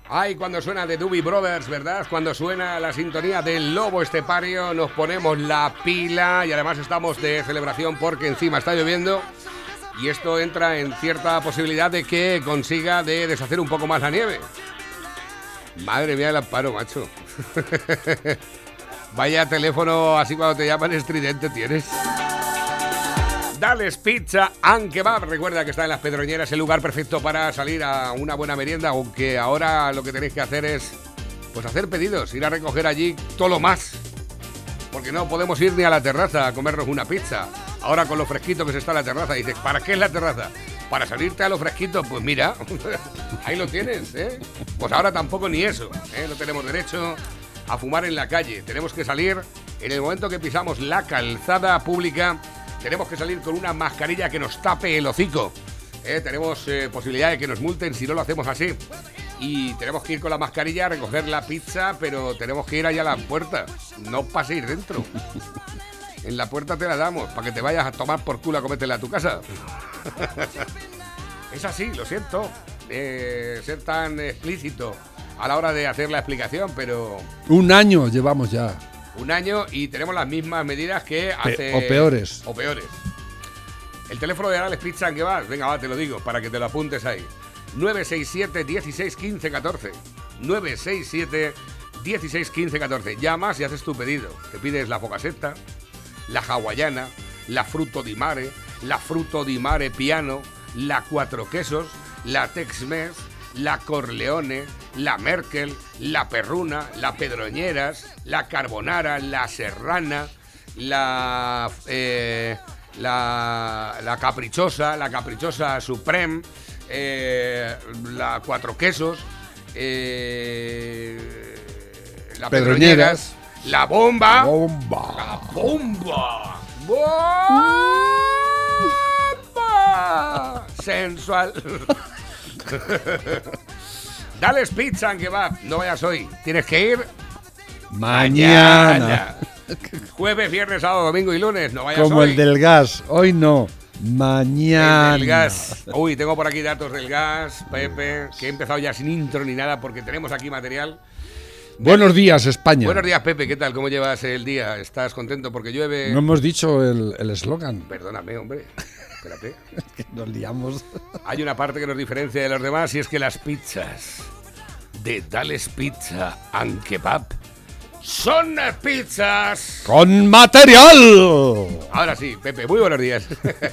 Ay, cuando suena The Doobie Brothers, ¿verdad? Cuando suena la sintonía del Lobo Estepario, nos ponemos la pila y además estamos de celebración porque encima está lloviendo y esto entra en cierta posibilidad de que consiga de deshacer un poco más la nieve. Madre mía, el amparo, macho. Vaya teléfono así cuando te llaman estridente tienes. Dales Pizza and Kebab. Recuerda que está en Las Pedroñeras, el lugar perfecto para salir a una buena merienda, aunque ahora lo que tenéis que hacer es pues hacer pedidos, ir a recoger allí todo lo más. Porque no podemos ir ni a la terraza a comernos una pizza. Ahora con lo fresquito que se está en la terraza, dices, ¿para qué es la terraza? Para salirte a lo fresquito, pues mira, ahí lo tienes, ¿eh? Pues ahora tampoco ni eso, ¿eh? No tenemos derecho a fumar en la calle. Tenemos que salir en el momento que pisamos la calzada pública. Tenemos que salir con una mascarilla que nos tape el hocico. Tenemos posibilidad de que nos multen si no lo hacemos así. Y tenemos que ir con la mascarilla a recoger la pizza, pero tenemos que ir allá a la puerta. No paséis dentro. En la puerta te la damos, para que te vayas a tomar por culo a comértela a tu casa. Es así, lo siento. Ser tan explícito a la hora de hacer la explicación, pero... Un año llevamos ya. Un año y tenemos las mismas medidas que hace... O peores. O peores. El teléfono de Dales Pizza and Kebab, venga, va, te lo digo, para que te lo apuntes ahí. 967 16 15 14. 967 16 15 14. Llamas y haces tu pedido. Te pides la focaceta, la hawaiana, la fruto di mare, la fruto di mare piano, la cuatro quesos, la Tex-Mex, la Corleone, la Merkel, la Perruna, la Pedroñeras, la Carbonara, la Serrana, la Caprichosa Supreme, la Cuatro Quesos, la Pedroñeras, la Bomba, la Bomba, Bomba, sensual. Dales Pizza and Kebab. No vayas hoy, tienes que ir mañana. Jueves, viernes, sábado, domingo y lunes. No vayas como hoy. El del gas. Hoy no, mañana. El del gas. Uy, tengo por aquí datos del gas, Pepe, que he empezado ya sin intro ni nada porque tenemos aquí material. Buenos días, España. Buenos días, Pepe. ¿Qué tal? ¿Cómo llevas el día? ¿Estás contento porque llueve? No hemos dicho el eslogan. Perdóname, hombre. Espérate. Nos liamos. Hay una parte que nos diferencia de los demás y es que las pizzas de Dales Pizza and Kebab son pizzas ¡con material! Ahora sí, Pepe, muy buenos días.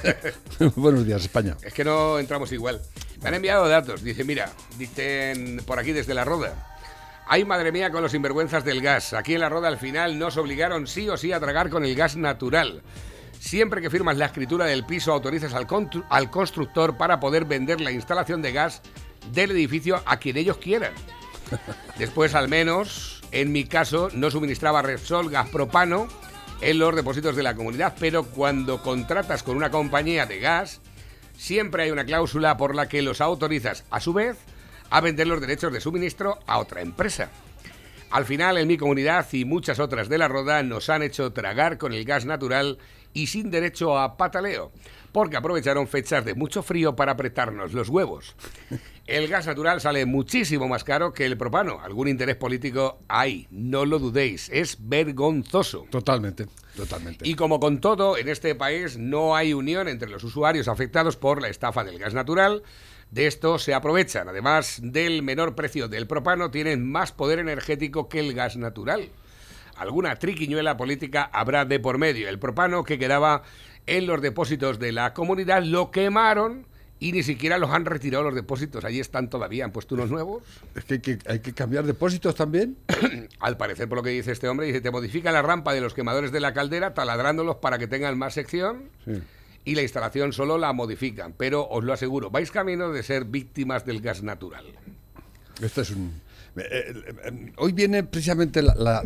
Buenos días, España. Es que no entramos igual. Me han enviado datos. Dice, mira, dicen por aquí desde La Roda. Ay, madre mía, con los sinvergüenzas del gas. Aquí en La Roda al final nos obligaron sí o sí a tragar con el gas natural. Siempre que firmas la escritura del piso autorizas al constructor para poder vender la instalación de gas del edificio a quien ellos quieran. Después, al menos, en mi caso, no suministraba Repsol gas propano en los depósitos de la comunidad, pero cuando contratas con una compañía de gas, siempre hay una cláusula por la que los autorizas, a su vez, a vender los derechos de suministro a otra empresa. Al final, en mi comunidad y muchas otras de La Roda nos han hecho tragar con el gas natural y sin derecho a pataleo, porque aprovecharon fechas de mucho frío para apretarnos los huevos. El gas natural sale muchísimo más caro que el propano. Algún interés político hay, no lo dudéis, es vergonzoso. Totalmente, totalmente. Y como con todo, en este país no hay unión entre los usuarios afectados por la estafa del gas natural. De esto se aprovechan. Además del menor precio del propano, tienen más poder energético que el gas natural. Alguna triquiñuela política habrá de por medio. El propano que quedaba en los depósitos de la comunidad lo quemaron y ni siquiera los han retirado los depósitos. Allí están todavía, han puesto unos nuevos. Es que hay que cambiar depósitos también. Al parecer, por lo que dice este hombre, dice, te modifica la rampa de los quemadores de la caldera taladrándolos para que tengan más sección. Sí. Y la instalación solo la modifican, pero os lo aseguro, vais camino de ser víctimas del gas natural. Esto es un... hoy viene precisamente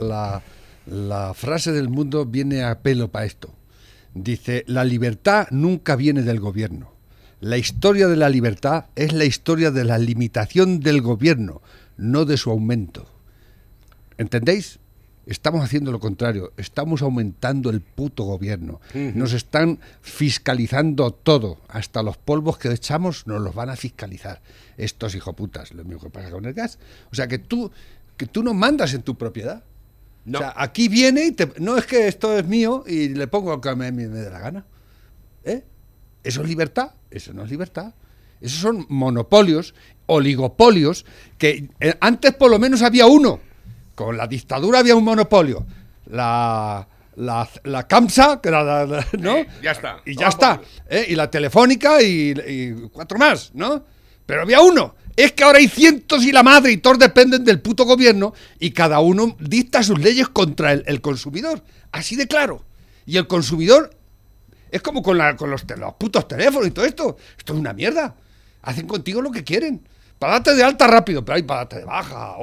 la frase del mundo, viene a pelo para esto. Dice, la libertad nunca viene del gobierno. La historia de la libertad es la historia de la limitación del gobierno, no de su aumento. ¿Entendéis? Estamos haciendo lo contrario, estamos aumentando el puto gobierno. Nos están fiscalizando todo, hasta los polvos que echamos nos los van a fiscalizar. Estos hijoputas, lo mismo que pasa con el gas. O sea, que tú no mandas en tu propiedad. No. O sea, aquí viene y no es que esto es mío y le pongo lo que me dé la gana. ¿Eso es libertad? Eso no es libertad. Esos son monopolios, oligopolios, que antes por lo menos había uno. Con la dictadura había un monopolio. La CAMSA, que era ¿no? Ya está. Y ya está. Y la Telefónica y 4 más, ¿no? Pero había uno. Es que ahora hay cientos y la madre y todos dependen del puto gobierno y cada uno dicta sus leyes contra el consumidor. Así de claro. Y el consumidor es como con los putos teléfonos y todo esto. Esto es una mierda. Hacen contigo lo que quieren. Para darte de alta rápido, pero hay para darte de baja.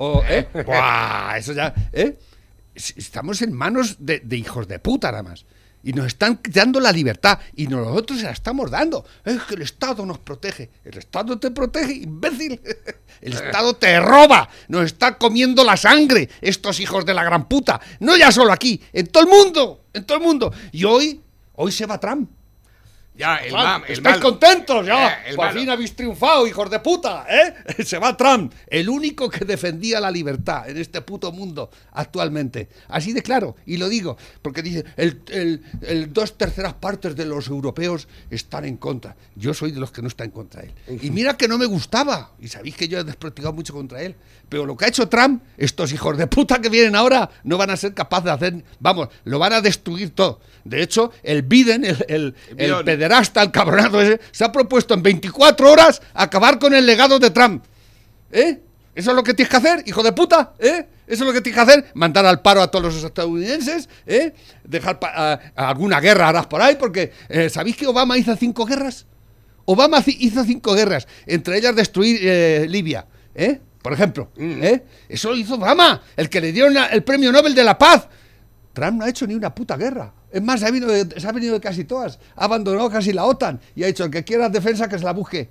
¡Buah! Eso ya. Estamos en manos de hijos de puta nada más. Y nos están dando la libertad. Y nosotros se la estamos dando. Es que el Estado nos protege. El Estado te protege, imbécil. El Estado te roba. Nos está comiendo la sangre estos hijos de la gran puta. No ya solo aquí, en todo el mundo. En todo el mundo. Y hoy se va Trump. Ya, estáis contentos, ya. Por malo. fin habéis triunfado, hijos de puta, Se va Trump, el único que defendía la libertad en este puto mundo actualmente. Así de claro, y lo digo, porque dice, el 2/3 partes de los europeos están en contra. Yo soy de los que no están en contra de él. Y mira que no me gustaba, y sabéis que yo he desprestigiado mucho contra él, pero lo que ha hecho Trump, estos hijos de puta que vienen ahora, no van a ser capaces de hacer, vamos, lo van a destruir todo. De hecho, el Biden, el pederasta, el cabronazo ese, se ha propuesto en 24 horas acabar con el legado de Trump. ¿Eso es lo que tienes que hacer, hijo de puta? Eso es lo que tienes que hacer, mandar al paro a todos los estadounidenses, dejar alguna guerra harás por ahí, porque ¿sabéis que Obama hizo 5 guerras? Obama hizo 5 guerras, entre ellas destruir Libia, por ejemplo. Eso lo hizo Obama, el que le dieron el premio Nobel de la Paz. Trump no ha hecho ni una puta guerra. Es más, se ha venido de casi todas. Ha abandonado casi la OTAN. Y ha dicho, el que quiera defensa, que se la busque.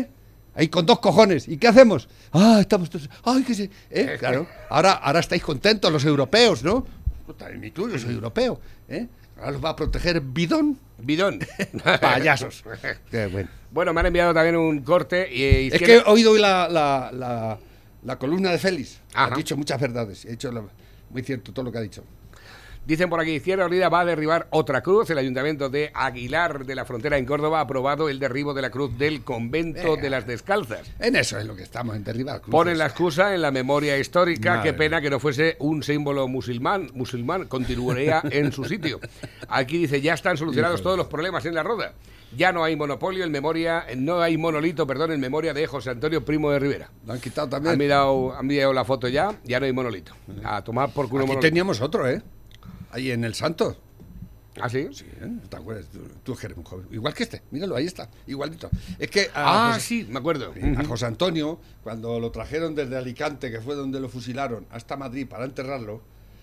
Ahí con 2 cojones. ¿Y qué hacemos? Estamos todos... ¡Ay, que se... Claro. Ahora estáis contentos los europeos, ¿no? Ni tú, yo soy europeo. Ahora los va a proteger Bidón. Bidón. Payasos. Qué bueno. Bueno, me han enviado también un corte. Es que he oído hoy la columna de Félix. Ajá. Ha dicho muchas verdades. He dicho muy cierto todo lo que ha dicho. Dicen por aquí, Izquierda Unida va a derribar otra cruz. El Ayuntamiento de Aguilar de la Frontera en Córdoba ha aprobado el derribo de la cruz del convento de las Descalzas. En eso es lo que estamos, en derribar cruces. Ponen la excusa en la memoria histórica. Madre Qué pena que no fuese un símbolo musulmán, continuaría en su sitio. Aquí dice, ya están solucionados todos los problemas en la Roda. Ya no hay monopolio en memoria, no hay monolito, perdón, en memoria de José Antonio Primo de Rivera. Lo han quitado también. Han mirado la foto ya no hay monolito. A tomar por culo Aquí monolito. teníamos otro, ahí en el Santo. ¿Ah, sí? Sí, ¿te acuerdas? Tú que eres un joven. Igual que este, míralo, ahí está, igualito. Es que sí, me acuerdo. A José Antonio, cuando lo trajeron desde Alicante, que fue donde lo fusilaron, hasta Madrid para enterrarlo,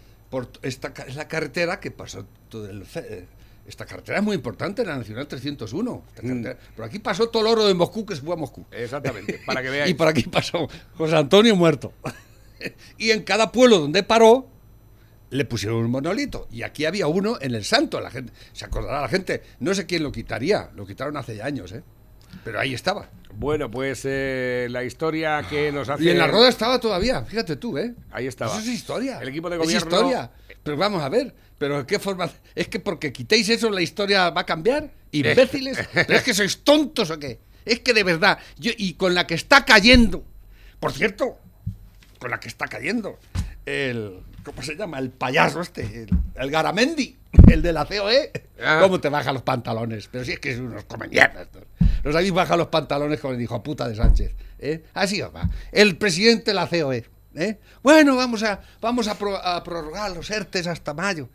esta es la carretera que pasó todo esta carretera es muy importante, la Nacional 301. Por aquí pasó todo el oro de Moscú que se fue a Moscú. Exactamente, para que veáis. Y por aquí pasó José Antonio muerto. Y en cada pueblo donde paró, le pusieron un monolito. Y aquí había uno en el Santo. La gente, se acordará la gente. No sé quién lo quitaría. Lo quitaron hace ya años, pero ahí estaba. Bueno, pues la historia que nos hace... Y en la Roda estaba todavía, fíjate tú, Ahí estaba. Eso es historia. El equipo de gobierno... Es historia. Pero vamos a ver, ¿pero de qué forma? ¿Es que porque quitéis eso la historia va a cambiar? ¿Imbéciles? ¿Pero es que sois tontos o qué? Es que de verdad, y con la que está cayendo, por cierto, con la que está cayendo, ¿cómo se llama? El payaso el Garamendi, el de la COE. ¿Cómo te baja los pantalones? Pero si es que es unos comemierdas. Los habéis bajado los pantalones con el hijo puta de Sánchez. Así os va. El presidente de la COE. Bueno, vamos a prorrogar los ERTES hasta mayo.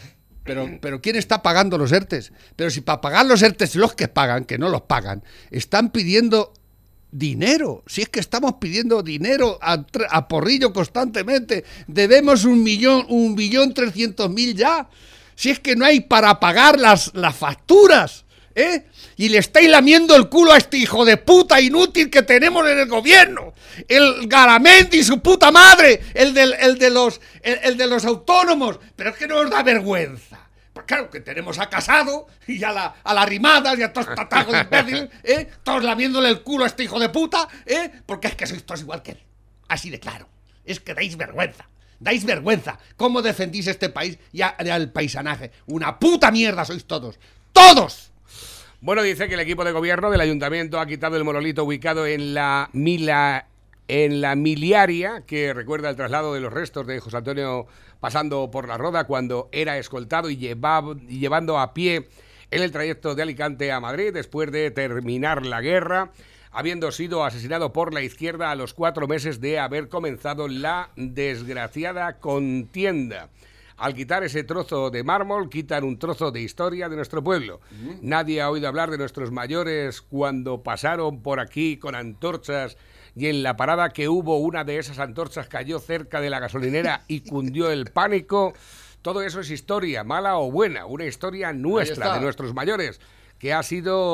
Pero ¿quién está pagando los ERTES? Pero si para pagar los ERTES los que pagan, que no los pagan, están pidiendo dinero. Si es que estamos pidiendo dinero a porrillo constantemente. Debemos 1.300.000 ya. Si es que no hay para pagar las facturas. ¿eh? Y le estáis lamiendo el culo a este hijo de puta inútil que tenemos en el gobierno. El Garamendi y su puta madre. El de los autónomos. Pero es que no os da vergüenza. Pues claro, que tenemos a Casado y a la Rimadas y a todos estos tatagos de imbéciles, todos lamiéndole el culo a este hijo de puta, porque es que sois todos igual que él. Así de claro. Es que dais vergüenza. Dais vergüenza. ¿Cómo defendís este país y al paisanaje? Una puta mierda sois todos. ¡Todos! Bueno, dice que el equipo de gobierno del ayuntamiento ha quitado el monolito ubicado en la miliaria, que recuerda el traslado de los restos de José Antonio pasando por la Roda cuando era escoltado y llevando a pie en el trayecto de Alicante a Madrid después de terminar la guerra, habiendo sido asesinado por la izquierda a los 4 meses de haber comenzado la desgraciada contienda. Al quitar ese trozo de mármol, quitan un trozo de historia de nuestro pueblo. Nadie ha oído hablar de nuestros mayores cuando pasaron por aquí con antorchas y en la parada que hubo una de esas antorchas cayó cerca de la gasolinera y cundió el pánico. Todo eso es historia, mala o buena, una historia nuestra, de nuestros mayores, que ha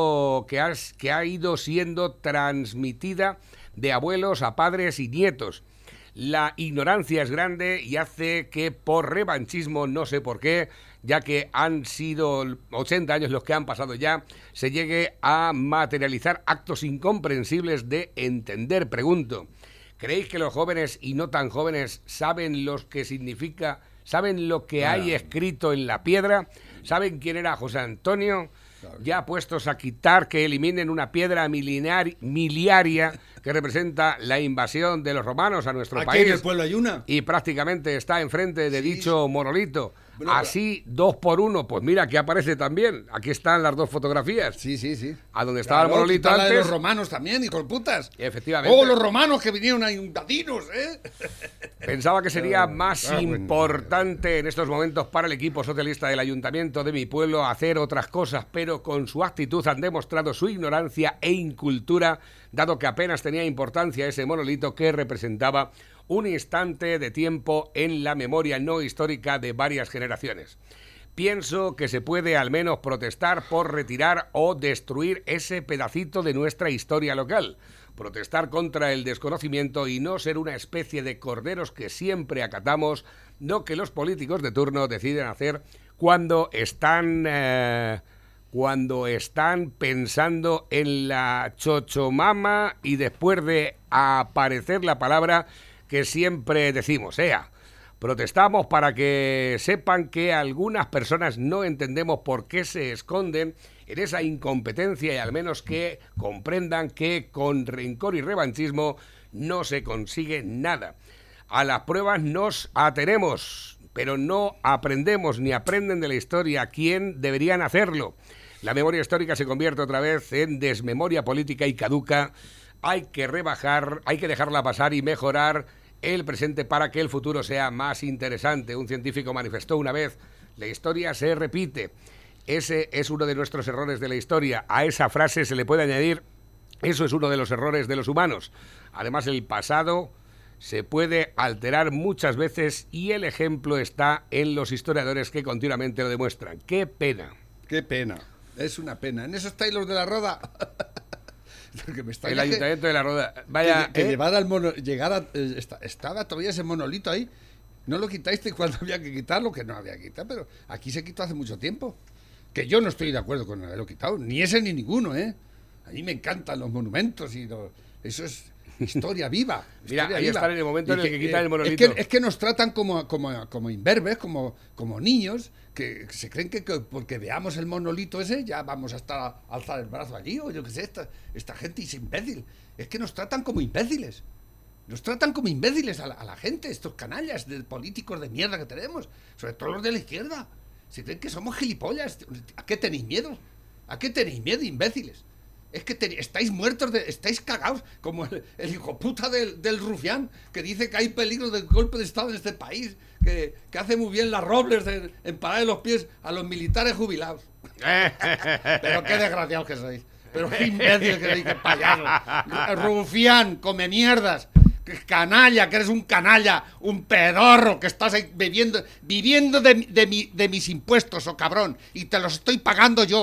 ido siendo transmitida de abuelos a padres y nietos. La ignorancia es grande y hace que por revanchismo, no sé por qué, ya que han sido 80 años los que han pasado ya, se llegue a materializar actos incomprensibles de entender. Pregunto, ¿creéis que los jóvenes y no tan jóvenes saben lo que significa, saben lo que hay escrito en la piedra? ¿Saben quién era José Antonio? Ya puestos a quitar, que eliminen una piedra miliaria que representa la invasión de los romanos a nuestro país. Aquí en el pueblo hay una. Y prácticamente está enfrente de dicho monolito. Bueno, así, 2 por 1, pues mira, que aparece también. Aquí están las 2 fotografías. Sí. A donde estaba el monolito antes. La de los romanos también, hijos de putas. Efectivamente. Oh, los romanos que vinieron a invadinos, Pensaba que sería más importante en estos momentos para el equipo socialista del ayuntamiento de mi pueblo hacer otras cosas, pero con su actitud han demostrado su ignorancia e incultura, dado que apenas tenía importancia ese monolito que representaba un instante de tiempo en la memoria no histórica de varias generaciones. Pienso que se puede al menos protestar por retirar o destruir ese pedacito de nuestra historia local, protestar contra el desconocimiento y no ser una especie de corderos que siempre acatamos lo que los políticos de turno deciden hacer cuando están pensando en la chochomama y después de aparecer la palabra que siempre decimos, protestamos para que sepan que algunas personas no entendemos por qué se esconden en esa incompetencia y al menos que comprendan que con rencor y revanchismo no se consigue nada. A las pruebas nos atenemos, pero no aprendemos ni aprenden de la historia quién deberían hacerlo. La memoria histórica se convierte otra vez en desmemoria política y caduca. Hay que dejarla pasar y mejorar el presente para que el futuro sea más interesante. Un científico manifestó una vez, la historia se repite. Ese es uno de nuestros errores de la historia. A esa frase se le puede añadir, eso es uno de los errores de los humanos. Además, el pasado se puede alterar muchas veces y el ejemplo está en los historiadores que continuamente lo demuestran. ¡Qué pena! ¡Qué pena! Es una pena. En eso estáis los de la Roda. El ayuntamiento de la Roda. Vaya, que estaba todavía ese monolito ahí. No lo quitaste cuando había que quitarlo, que no había que quitar, pero aquí se quitó hace mucho tiempo. Que yo no estoy de acuerdo con haberlo quitado, ni ese ni ninguno, A mí me encantan los monumentos eso es historia viva. Mira, ahí está en el momento en el que quitan el monolito. Es que nos tratan como imberbes, como niños, que se creen que porque veamos el monolito ese ya vamos a alzar el brazo allí, o yo qué sé, esta gente es imbécil. Es que nos tratan como imbéciles. Nos tratan como imbéciles a la gente, estos canallas de políticos de mierda que tenemos, sobre todo los de la izquierda. Se creen que somos gilipollas. ¿A qué tenéis miedo? ¿A qué tenéis miedo, imbéciles? Es que estáis muertos, estáis cagados, como el hijo puta del rufián, que dice que hay peligro de golpe de Estado en este país, que hace muy bien las Robles en parar de los pies a los militares jubilados. Pero qué desgraciados que sois. Pero qué imbéciles que sois, qué payasos. Rufián, come mierdas. Canalla, que eres un canalla, un pedorro, que estás ahí viviendo de mis impuestos, cabrón, y te los estoy pagando yo.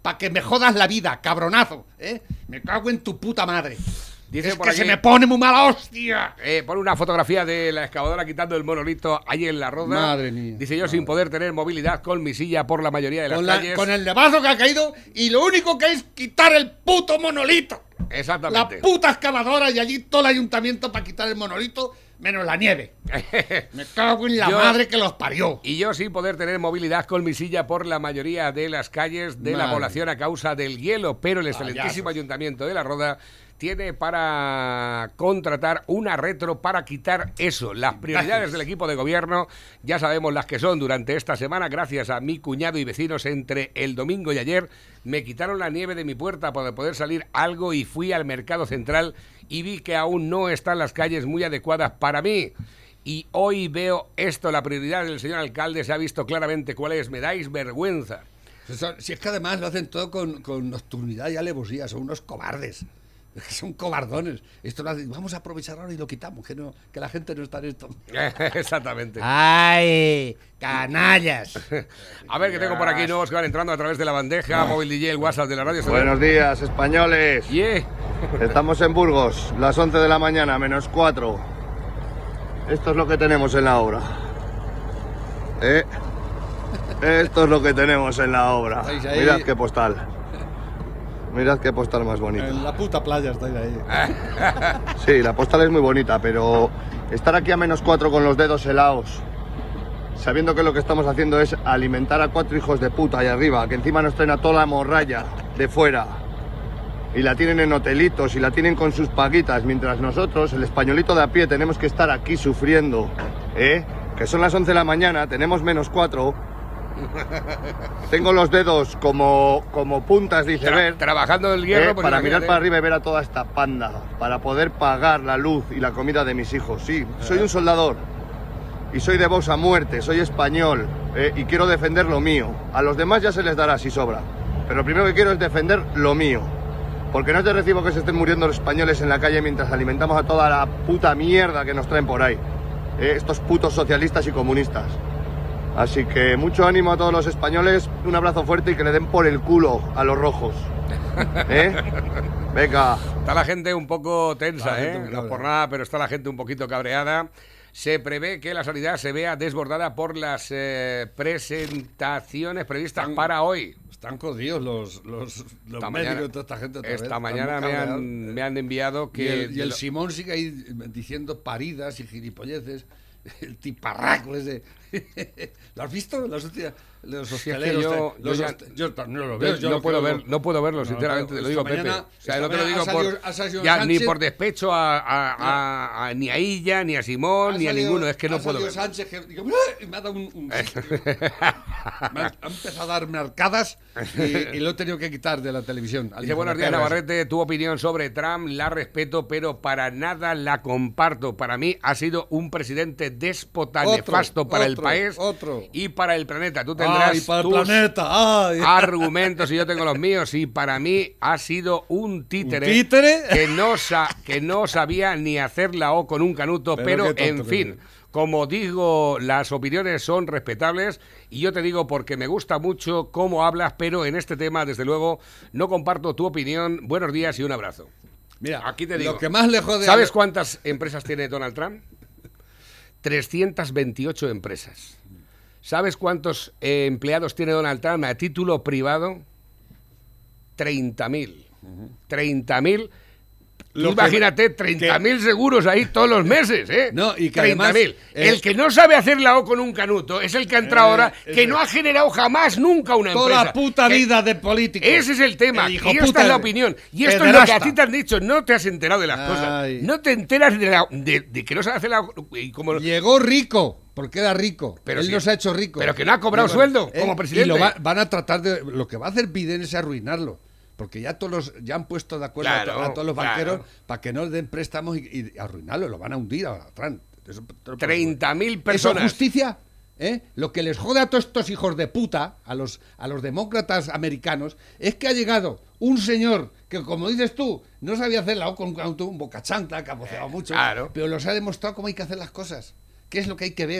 para que me jodas la vida, cabronazo, ¿eh? Me cago en tu puta madre. Dice Es por que aquí, se me pone muy mala hostia. pone una fotografía de la excavadora quitando el monolito ahí en la Roda. Madre mía. Dice yo sin poder tener movilidad con mi silla por la mayoría de las calles. Con el nevazo que ha caído y lo único que es quitar el puto monolito. Exactamente. La puta excavadora y allí todo el ayuntamiento para quitar el monolito, menos la nieve. Me cago en la madre que los parió. Y yo sin poder tener movilidad con mi silla por la mayoría de las calles de la Madre. población a causa del hielo, pero el excelentísimo Payasos. ayuntamiento de La Roda tiene para contratar una retro para quitar eso. Las prioridades del equipo de gobierno ya sabemos las que son. Durante esta semana, gracias a mi cuñado y vecinos entre el domingo y ayer, me quitaron la nieve de mi puerta para poder salir algo y fui al mercado central y vi que aún no están las calles muy adecuadas para mí. Y hoy veo esto, la prioridad del señor alcalde se ha visto claramente cuál es. Me dais vergüenza. Si es que además lo hacen todo con nocturnidad y alevosía, son unos cobardes. Son cobardones. Esto lo hacen, vamos a aprovechar ahora y lo quitamos, que la gente no está en esto. Exactamente. ¡Ay! ¡Canallas! A ver, que tengo por aquí nuevos que van entrando a través de la bandeja, móvil DJ, el WhatsApp de la radio. Buenos días, españoles. Yeah. Estamos en Burgos, las 11 de la mañana, -4. Esto es lo que tenemos en la obra. Esto es lo que tenemos en la obra. ¿Estáis ahí? Mirad qué postal. Mirad qué postal más bonita. En la puta playa estáis ahí. Sí, la postal es muy bonita, pero estar aquí a -4 con los dedos helados, sabiendo que lo que estamos haciendo es alimentar a 4 hijos de puta ahí arriba, que encima nos traen a toda la morralla de fuera, y la tienen en hotelitos y la tienen con sus paguitas, mientras nosotros, el españolito de a pie, tenemos que estar aquí sufriendo, que son las 11 de la mañana, tenemos -4. Tengo los dedos como puntas de iceberg, Trabajando el hierro pues para mirar imagínate. para arriba y ver a toda esta panda, para poder pagar la luz y la comida de mis hijos. Sí, soy un soldador y soy de Vox a muerte, soy español, y quiero defender lo mío. A los demás ya se les dará si sobra, pero lo primero que quiero es defender lo mío, porque no es de recibo que se estén muriendo los españoles en la calle mientras alimentamos a toda la puta mierda que nos traen por ahí, estos putos socialistas y comunistas. Así que mucho ánimo a todos los españoles, un abrazo fuerte y que le den por el culo a los rojos. Venga. Está la gente un poco tensa, La gente muy no por cabreada. nada, pero está la gente un poquito cabreada. Se prevé que la sanidad se vea desbordada por las presentaciones previstas para hoy. Están jodidos los Esta médicos mañana- y toda esta gente otra vez. Esta Están mañana muy cabreados. me han enviado Y que... el Simón sigue ahí diciendo paridas y gilipolleces. El tiparraco ese. ¿Lo has visto? Los Si es que hosteleros. yo no lo veo. yo no lo puedo creo. ver, no puedo verlo, No, sinceramente, te lo esta digo, Pepe. mañana- O sea, esta no te lo mañana digo ha salido ya, ni Sánchez. por despecho ni a Illa, ni a Simón, ni a ninguno, es que no puedo ver. verlo. Sánchez que, digo, y me ha dado ha empezado a darme arcadas y lo he tenido que quitar de la televisión. Dice, buenos días, Navarrete, tu opinión sobre Trump la respeto, pero para nada la comparto. Para mí ha sido un presidente déspota, nefasto para el país y para el planeta. Tú tendrás y para el tus planeta. Ay. argumentos y yo tengo los míos, y para mí ha sido un títere, ¿Un títere? que no sabía ni hacer la O con un canuto, pero qué tonto en que fin. Como digo, las opiniones son respetables y yo te digo porque me gusta mucho cómo hablas, pero en este tema, desde luego, no comparto tu opinión. Buenos días y un abrazo. Mira, Aquí te digo. lo que más le jode ¿Sabes cuántas empresas tiene Donald Trump? 328 empresas. ¿Sabes cuántos empleados tiene Donald Trump a título privado? 30.000. 30.000. Imagínate, 30.000 seguros ahí todos los meses, ¿eh? No, y que 30.000. además, El que no sabe hacer la O con un canuto es el que entra ahora, que no ha generado jamás nunca una toda empresa. la puta Que- vida de político. Ese es el tema. El Y hijo esta puta es la de- opinión. Y esto es lo que a pederasta. ti te han dicho. No te has enterado de las Ay. cosas. No te enteras de que no sabe hacer la... Y como, Llegó rico, porque era rico. Pero Él si- no se ha hecho rico. pero que no ha cobrado sueldo como presidente. Y van a tratar de... Lo que va a hacer Biden es arruinarlo. Porque ya han puesto de acuerdo Claro, a todos los banqueros claro. para que no le den préstamos y arruinarlo. Lo van a hundir a Trump. Eso te lo puedo 30.000 ¿Eso personas. justicia? Lo que les jode a todos estos hijos de puta, a los demócratas americanos, es que ha llegado un señor que, como dices tú, no sabía hacer la O con un boca chanta, que ha voceado mucho, claro. pero los ha demostrado cómo hay que hacer las cosas. ¿Qué es lo que hay que ver?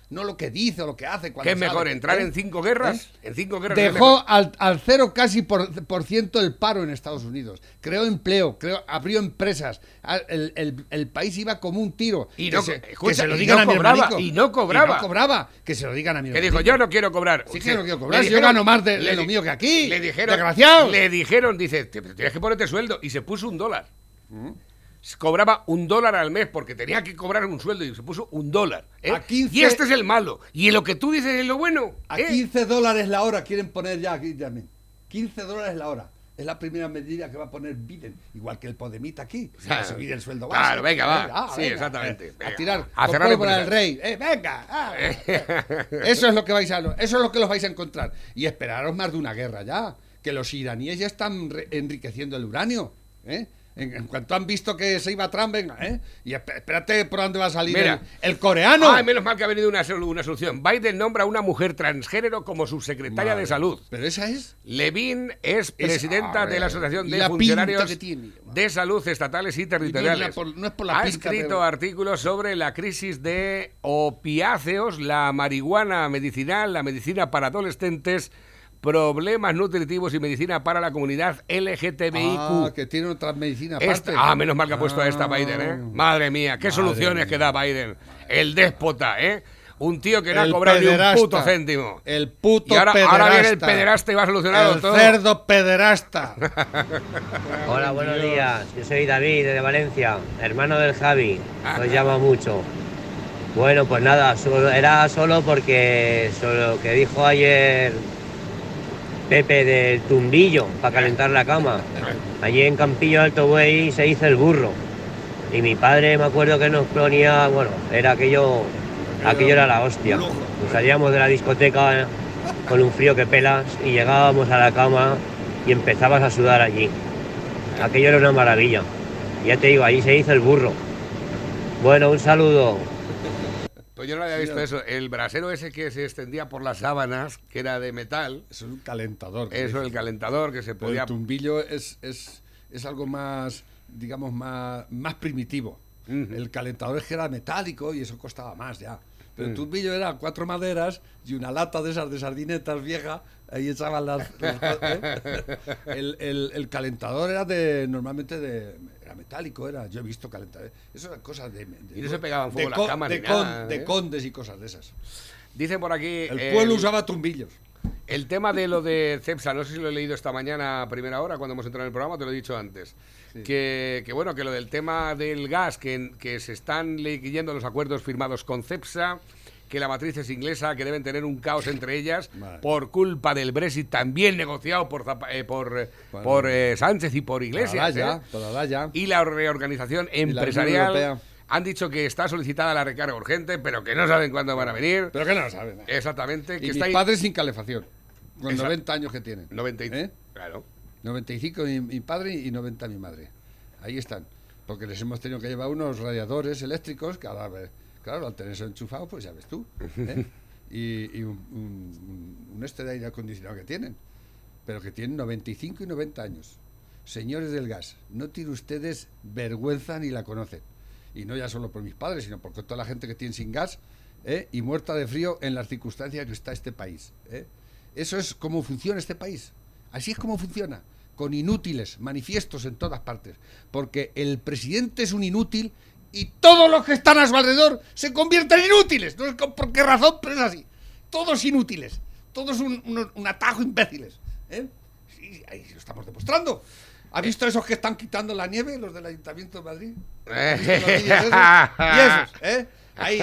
no lo que dice o lo que hace. ¿Qué es mejor, entrar en 5 guerras? En 5 guerras. Dejó al 0 casi por ciento el paro en Estados Unidos. Creó empleo, abrió empresas. El país iba como un tiro. Y no, que se lo digan a mi hermanico. Y no cobraba. Que se lo digan a mi hermanico. hermanico. Que dijo, yo no quiero cobrar. Sí que no quiero cobrar. Si yo gano más de lo mío que aquí. Le dijeron, desgraciados. Le dijeron, dice, tienes que ponerte sueldo. Y se puso $1. Cobraba $1 al mes porque tenía que cobrar un sueldo y se puso $1. A 15, y este es el malo. Y lo que tú dices es lo bueno. A $15 la hora quieren poner ya aquí también. $15 la hora. Es la primera medida que va a poner Biden, igual que el Podemita aquí. Va a subir el sueldo base. Claro, venga, va. Sí, exactamente. A tirar a cerrar pólvora al rey. Venga. Eso es lo que eso es lo que los vais a encontrar. Y esperaros más de una guerra ya. Que los iraníes ya están enriqueciendo el uranio. En cuanto han visto que se iba Trump, venga, y espérate por dónde va a salir el coreano. Ay, menos mal que ha venido una solución. Biden nombra a una mujer transgénero como subsecretaria de salud. ¿Pero esa es? Levine es presidenta de la Asociación de Funcionarios de Salud Estatales y Territoriales. No es por la ha escrito artículos sobre la crisis de opiáceos, la marihuana medicinal, la medicina para adolescentes, problemas nutritivos y medicina para la comunidad LGTBIQ. Que tiene otra medicina aparte. Menos mal que ha puesto a esta Biden, Madre mía, qué soluciones que da Biden. El déspota, Un tío que no ha cobrado ni un puto céntimo. El puto pederasta. Ahora viene el pederasta y va a solucionarlo todo. El cerdo pederasta. Hola, buenos días. Yo soy David, de Valencia, hermano del Javi. Os llama mucho. Bueno, pues nada, era solo porque lo que dijo ayer Pepe del tumbillo para calentar la cama. Allí en Campillo Alto Buey se hizo el burro. Y mi padre me acuerdo que nos ponía, era aquello era la hostia. Nos salíamos de la discoteca con un frío que pelas y llegábamos a la cama y empezabas a sudar allí. Aquello era una maravilla. Ya te digo, allí se hizo el burro. Bueno, un saludo. Pues yo no había visto eso. El brasero ese que se extendía por las sábanas, que era de metal. Eso es un calentador. Eso, el calentador que se podía... El tumbillo es algo más, digamos, más primitivo. El calentador es que era metálico y eso costaba más ya. Pero el tumbillo era 4 maderas y una lata de esas de sardinetas vieja. Ahí echaban el calentador era normalmente era metálico, yo he visto calentadores. Eso eran cosas y no se pegaban fuego las camas de condes y cosas de esas. Dicen por aquí... El pueblo usaba tumbillos. El tema de lo de Cepsa, no sé si lo he leído esta mañana a primera hora cuando hemos entrado en el programa, te lo he dicho antes. Sí. Que lo del tema del gas, que se están leyendo los acuerdos firmados con Cepsa, que la matriz es inglesa, que deben tener un caos entre ellas por culpa del Brexit, también negociado por Sánchez y por Iglesias. Y la reorganización empresarial. Han dicho que está solicitada la recarga urgente, pero que no saben cuándo van a venir. Pero que no lo saben. Exactamente. Y mis padres sin calefacción, con 90 años que tienen. 95, claro. 95 mi padre y 90 mi madre. Ahí están. Porque les hemos tenido que llevar unos radiadores eléctricos, que ahora, claro, al tener eso enchufado, pues ya ves tú. Y un de aire acondicionado que tienen. Pero que tienen 95 y 90 años. Señores del gas, no tienen ustedes vergüenza ni la conocen. Y no ya solo por mis padres, sino por toda la gente que tiene sin gas y muerta de frío en las circunstancias que está este país. Eso es como funciona este país. Así es como funciona. Con inútiles, manifiestos en todas partes. Porque el presidente es un inútil y todos los que están a su alrededor se convierten en inútiles. No sé por qué razón, pero es así. Todos inútiles. Todos un atajo imbéciles. Sí, ahí lo estamos demostrando. ¿Has visto esos que están quitando la nieve, los del Ayuntamiento de Madrid? ¿Has visto los vídeos esos? Y esos, Ahí.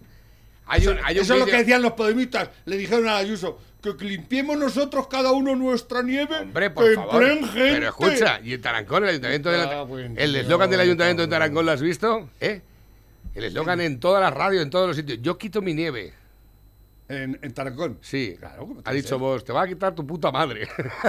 Eso es lo que decían los podemitas. Le dijeron a Ayuso que limpiemos nosotros cada uno nuestra nieve. Hombre, por favor. Pero escucha, y en Tarancón, el ayuntamiento el eslogan del Ayuntamiento de Tarancón, ¿lo has visto? El eslogan en todas las radios, en todos los sitios. Yo quito mi nieve. ¿En Tarancón? Sí. Claro, ha dicho vos, te va a quitar tu puta madre.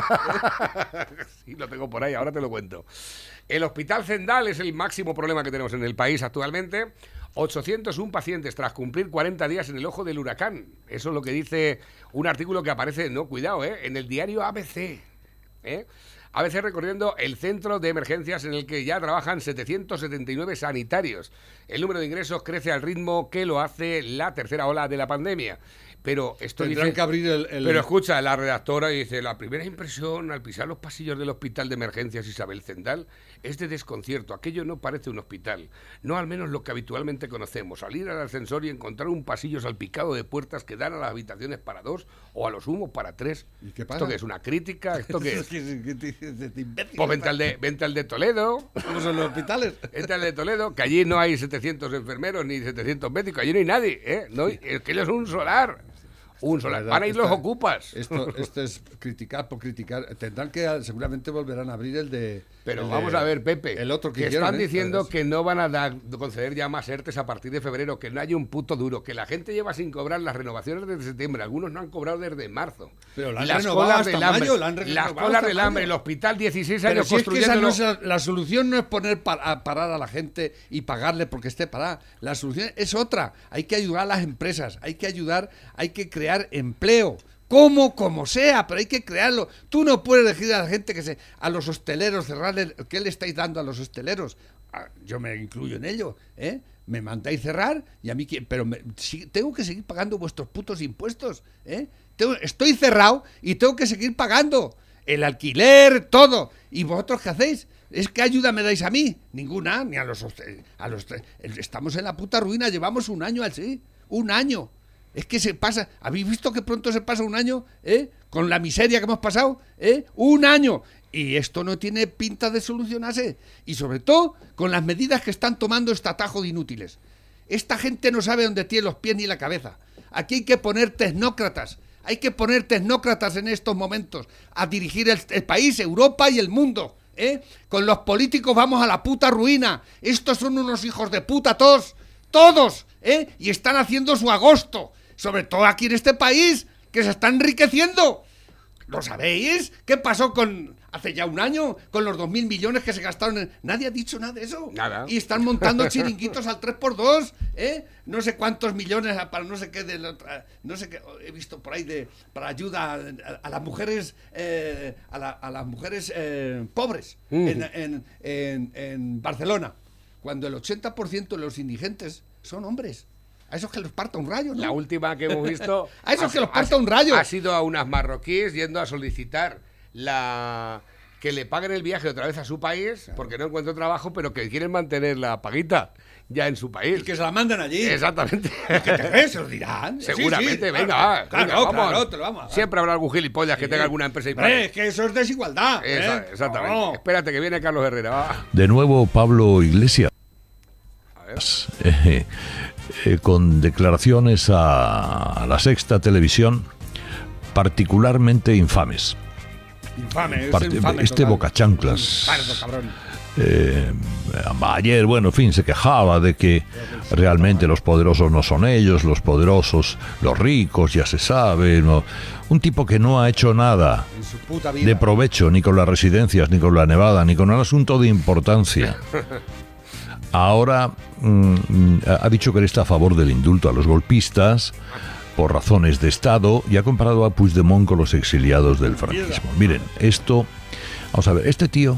Sí, lo tengo por ahí, ahora te lo cuento. El Hospital Zendal es el máximo problema que tenemos en el país actualmente. 801 pacientes tras cumplir 40 días en el ojo del huracán. Eso es lo que dice un artículo que aparece, no, cuidado, en el diario ABC. a veces recorriendo el centro de emergencias en el que ya trabajan 779 sanitarios. El número de ingresos crece al ritmo que lo hace la tercera ola de la pandemia. Pero esto Tendrán dice, que abrir el... Pero escucha, la redactora dice, la primera impresión al pisar los pasillos del Hospital de Emergencias Isabel Zendal es de desconcierto. Aquello no parece un hospital, no al menos lo que habitualmente conocemos. Salir al ascensor y encontrar un pasillo salpicado de puertas que dan a las habitaciones para 2 o a lo sumo para 3. ¿Y qué pasa? ¿Esto qué es? ¿Una crítica? ¿Esto qué es? Pues Pues vente al de Toledo. ¿Cómo son los hospitales? Vente al de Toledo, que allí no hay 700 enfermeros ni 700 médicos, allí no hay nadie, ¿eh? No hay, es que ellos son un solar. Van a ir los ocupas. Esto es criticar por criticar. Tendrán que, seguramente volverán a abrir el de... Pero vamos a ver, Pepe, el otro que están hicieron, diciendo que no van a conceder ya más ERTES a partir de febrero, que no hay un puto duro, que la gente lleva sin cobrar las renovaciones desde septiembre, algunos no han cobrado desde marzo. Pero la han las renovado colas hasta del hambre, mayo, la han renovado las hasta colas del mayo. hambre, el hospital 16 Pero años si es que esa construyéndolo. no es la solución no es poner a parar a la gente y pagarle porque esté parada. La solución es otra. Hay que ayudar a las empresas, hay que crear empleo. Como sea, pero hay que crearlo. Tú no puedes decir a la gente a los hosteleros, cerrarles. ¿Qué le estáis dando a los hosteleros? Yo me incluyo en ello, ¿eh? Me mandáis cerrar y a mí, pero tengo que seguir pagando vuestros putos impuestos, ¿eh? Estoy cerrado y tengo que seguir pagando el alquiler, todo. ¿Y vosotros qué hacéis? ¿Qué ayuda me dais a mí? Ninguna, ni a los estamos en la puta ruina, llevamos un año así, un año. Es que se pasa, ¿habéis visto que pronto se pasa un año? Con la miseria que hemos pasado, un año. Y esto no tiene pinta de solucionarse. Y sobre todo con las medidas que están tomando este atajo de inútiles. Esta gente no sabe dónde tiene los pies ni la cabeza. Aquí hay que poner tecnócratas. Hay que poner tecnócratas en estos momentos a dirigir el país, Europa y el mundo. Con los políticos vamos a la puta ruina. Estos son unos hijos de puta todos, y están haciendo su agosto. Sobre todo aquí en este país, que se está enriqueciendo. ¿Lo sabéis? ¿Qué pasó hace ya un año con los 2.000 millones que se gastaron? Nadie ha dicho nada de eso. Nada. Y están montando chiringuitos al 3x2, no sé cuántos millones para no sé qué no sé qué he visto por ahí para ayuda a las mujeres a las mujeres pobres en Barcelona, cuando el 80% de los indigentes son hombres. A esos que los parta un rayo, ¿no? La última que hemos visto a esos que los parta un rayo. Ha sido a unas marroquíes yendo a solicitar que le paguen el viaje otra vez a su país, porque no encuentro trabajo, pero que quieren mantener la paguita ya en su país. Y que se la mandan allí. Exactamente. ¿Qué te crees? Se lo dirán. Seguramente, Sí, venga, claro, vamos. te lo vamos a dar. Siempre habrá algún gilipollas que tenga alguna empresa y pague. Es que eso es desigualdad. Exactamente. No. Espérate, que viene Carlos Herrera. Va. De nuevo Pablo Iglesias. A ver. Con declaraciones a la Sexta Televisión particularmente infames. Infame, Este total. bocachanclas. Pardo, cabrón. Ayer, bueno, en fin, se quejaba de que realmente los poderosos no son ellos, los poderosos, los ricos, ya se sabe, ¿no? Un tipo que no ha hecho nada En su puta vida. de provecho, ni con las residencias, ni con la nevada, ni con un asunto de importancia. Ahora ha dicho que él está a favor del indulto a los golpistas por razones de Estado y ha comparado a Puigdemont con los exiliados del franquismo. Miren, vamos a ver, este tío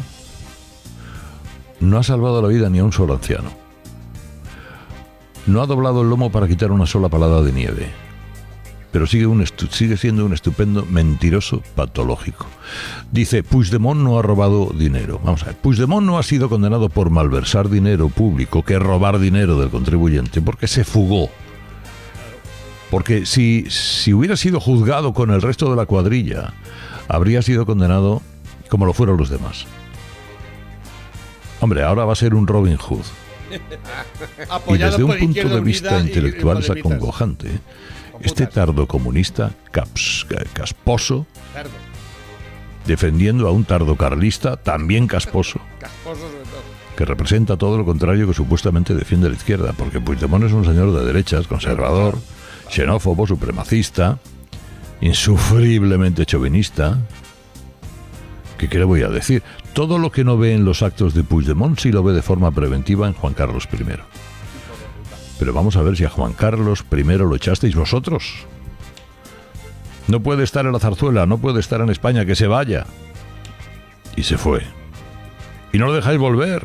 no ha salvado la vida ni a un solo anciano. No ha doblado el lomo para quitar una sola palada de nieve. Pero sigue siendo un estupendo mentiroso patológico. Dice, Puigdemont no ha robado dinero. Vamos a ver, Puigdemont no ha sido condenado por malversar dinero público, que es robar dinero del contribuyente, porque se fugó. Porque si hubiera sido juzgado con el resto de la cuadrilla, habría sido condenado como lo fueron los demás. Hombre, ahora va a ser un Robin Hood. Y desde un punto de vista intelectual es acongojante. Este tardo comunista, casposo, defendiendo a un tardo carlista, también casposo, que representa todo lo contrario que supuestamente defiende la izquierda, porque Puigdemont es un señor de derechas, conservador, xenófobo, supremacista, insufriblemente chauvinista. ¿Qué le voy a decir? Todo lo que no ve en los actos de Puigdemont sí lo ve de forma preventiva en Juan Carlos I. Pero vamos a ver si a Juan Carlos I lo echasteis vosotros. No puede estar en la zarzuela, no puede estar en España, que se vaya. Y se fue. Y no lo dejáis volver.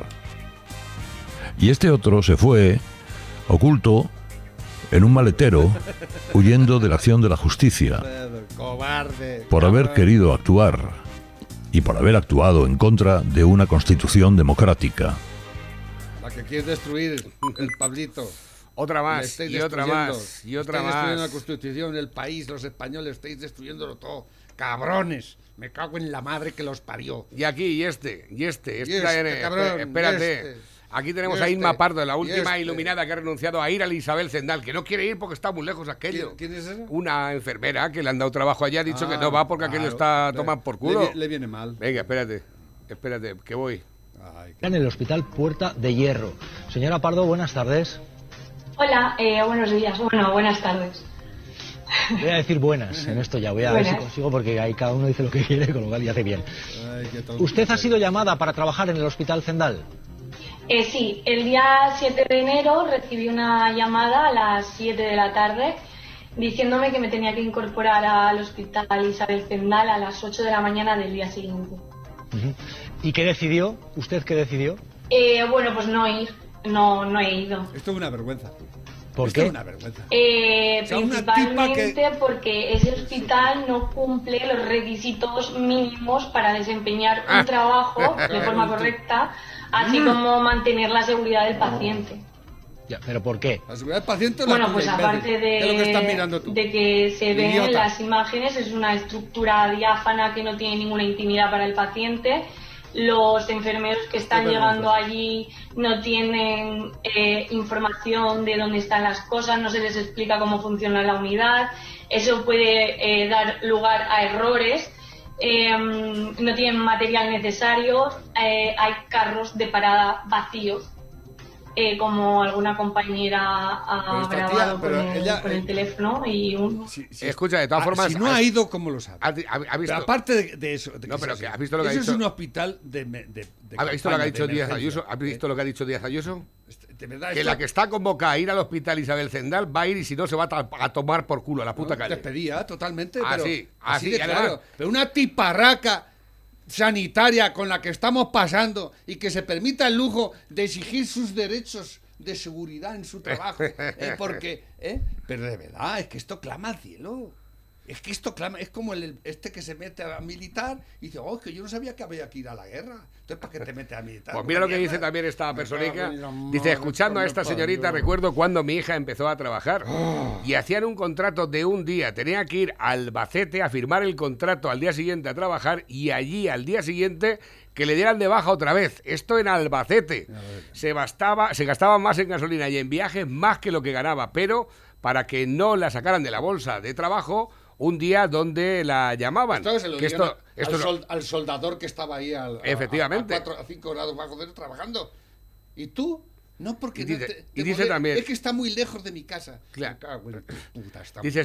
Y este otro se fue, oculto, en un maletero, huyendo de la acción de la justicia. Cobarde. Por haber querido actuar y por haber actuado en contra de una constitución democrática. La que quiere destruir el Pablito. Otra más, y otra más, y otra más. Destruyendo la más. Constitución, el país, los españoles, estáis destruyéndolo todo. ¡Cabrones! Me cago en la madre que los parió. Y aquí, y este cabrón, espérate. Aquí tenemos a Inma Pardo, la última iluminada que ha renunciado a ir a la Isabel Zendal, que no quiere ir porque está muy lejos aquello. ¿Quién es esa? Una enfermera que le han dado trabajo allá, ha dicho que no va porque aquello está tomado por culo. Le viene mal. Venga, espérate, que voy. Ay, En el Hospital Puerta de Hierro. Señora Pardo, buenas tardes. Hola, buenos días, bueno, buenas tardes. Voy a decir buenas en esto ya, voy a ver si consigo porque ahí cada uno dice lo que quiere, con lo cual ya hace bien. ¿Usted ha sido llamada para trabajar en el Hospital Zendal? Sí, el día 7 de enero recibí una llamada a las 7 de la tarde diciéndome que me tenía que incorporar al Hospital Isabel Zendal a las 8 de la mañana del día siguiente. ¿Y qué decidió? ¿Usted qué decidió? Bueno, pues no ir, no he ido. Esto es una vergüenza. ¿Por Esto qué? es una vergüenza. Principalmente porque ese hospital no cumple los requisitos mínimos para desempeñar un trabajo de forma correcta, así como mantener la seguridad del paciente. Ya, ¿pero por qué? La seguridad del paciente es Bueno, pues aparte ¿Qué es lo que estás mirando tú? de que se ven Idiota. en las imágenes, es una estructura diáfana que no tiene ninguna intimidad para el paciente. Los enfermeros que están llegando allí no tienen información de dónde están las cosas, no se les explica cómo funciona la unidad. Eso puede dar lugar a errores. No tienen material necesario. Hay carros de parada vacíos, como alguna compañera ha grabado con el teléfono y Escucha, de todas formas, si no ha ido, ¿cómo lo sabe? ha visto, Pero aparte de eso, no, pero que has visto lo que ha eso dicho. es un hospital de ¿Has visto lo que ha dicho de Díaz emergencia. Ayuso? ¿Has visto lo que ha dicho Díaz Ayuso? De verdad, Que esto- la que está convocada a ir al Hospital Isabel Zendal va a ir y si no se va a tomar por culo a la puta ¿no? calle. Despedía totalmente. Así, pero así, de y además- claro. Pero una tiparraca sanitaria con la que estamos pasando y que se permita el lujo de exigir sus derechos de seguridad en su trabajo. Pero de verdad, es que esto clama al cielo. Es que esto clama, es como este que se mete a militar y dice, oh, es que yo no sabía que había que ir a la guerra. Entonces, ¿para qué te metes a militar? Pues mira lo que dice también esta personita. Dice, escuchando a esta señorita, recuerdo recuerdo cuando mi hija empezó a trabajar y hacían un contrato de un día. Tenía que ir a Albacete a firmar el contrato al día siguiente a trabajar y allí al día siguiente que le dieran de baja otra vez. Esto en Albacete. Se gastaba más en gasolina y en viajes más que lo que ganaba, pero para que no la sacaran de la bolsa de trabajo un día donde la llamaban. Esto se lo Que digan esto al soldador que estaba ahí Efectivamente. a 4 a 5 grados bajo cero trabajando. ¿Y tú? No, porque Y no dice- te y dice molesta. también- Es que está muy lejos de mi casa. Claro. Me cago en tu puta, está Dice,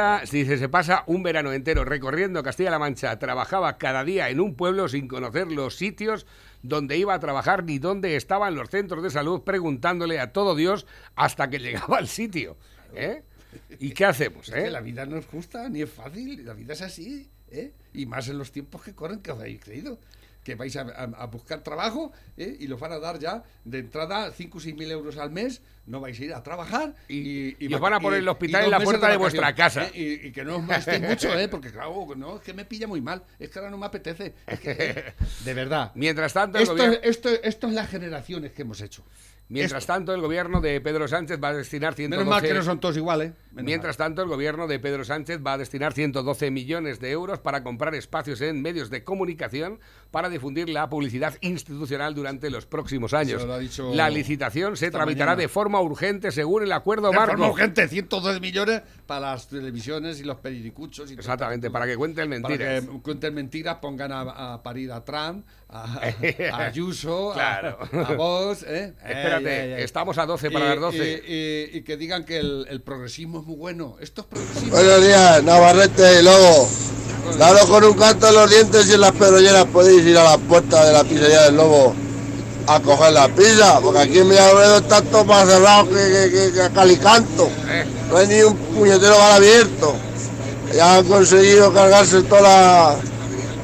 se pasa un verano entero recorriendo Castilla-La Mancha. Trabajaba cada día en un pueblo sin conocer los sitios donde iba a trabajar ni dónde estaban los centros de salud, preguntándole a todo Dios hasta que llegaba al sitio. ¿Eh? ¿Y qué hacemos? Es que la vida no es justa ni es fácil, la vida es así, ¿eh? Y más en los tiempos que corren, que os habéis creído. Que vais a buscar trabajo, ¿eh? Y los van a dar ya de entrada 5 o 6 mil euros al mes, no vais a ir a trabajar y os van a poner el hospital en la puerta de vuestra casa. Y que no os molestéis mucho, porque claro, no, es que me pilla muy mal, es que ahora no me apetece, es que, de verdad. Mientras tanto, el Esto es las generaciones que hemos hecho. Mientras tanto, el gobierno de Pedro Sánchez va a destinar 112... Menos mal que no son todos iguales. Mientras tanto, el gobierno de Pedro Sánchez va a destinar 112 millones de euros para comprar espacios en medios de comunicación para difundir la publicidad institucional durante los próximos años. Eso lo ha dicho La licitación se esta tramitará mañana. de forma urgente según el acuerdo De marco. forma urgente, 112 millones para las televisiones y los periodicuchos. Y todo Exactamente, esto. para que cuenten mentiras. Para que cuenten mentiras, pongan a parir a Trump, a Ayuso, Claro. a vos. Espérate, estamos a 12 para las 12. Y que digan que el progresismo es muy bueno. Esto es progresismo. Buenos días, Navarrete y Lobo. Daros con un canto en los dientes y en las pedrolleras podéis ir a la puerta de la pizzería del Lobo a coger la pizza, porque aquí en Villarreal está todo más cerrado que a calicanto. No hay ni un puñetero bar abierto. Ya han conseguido cargarse toda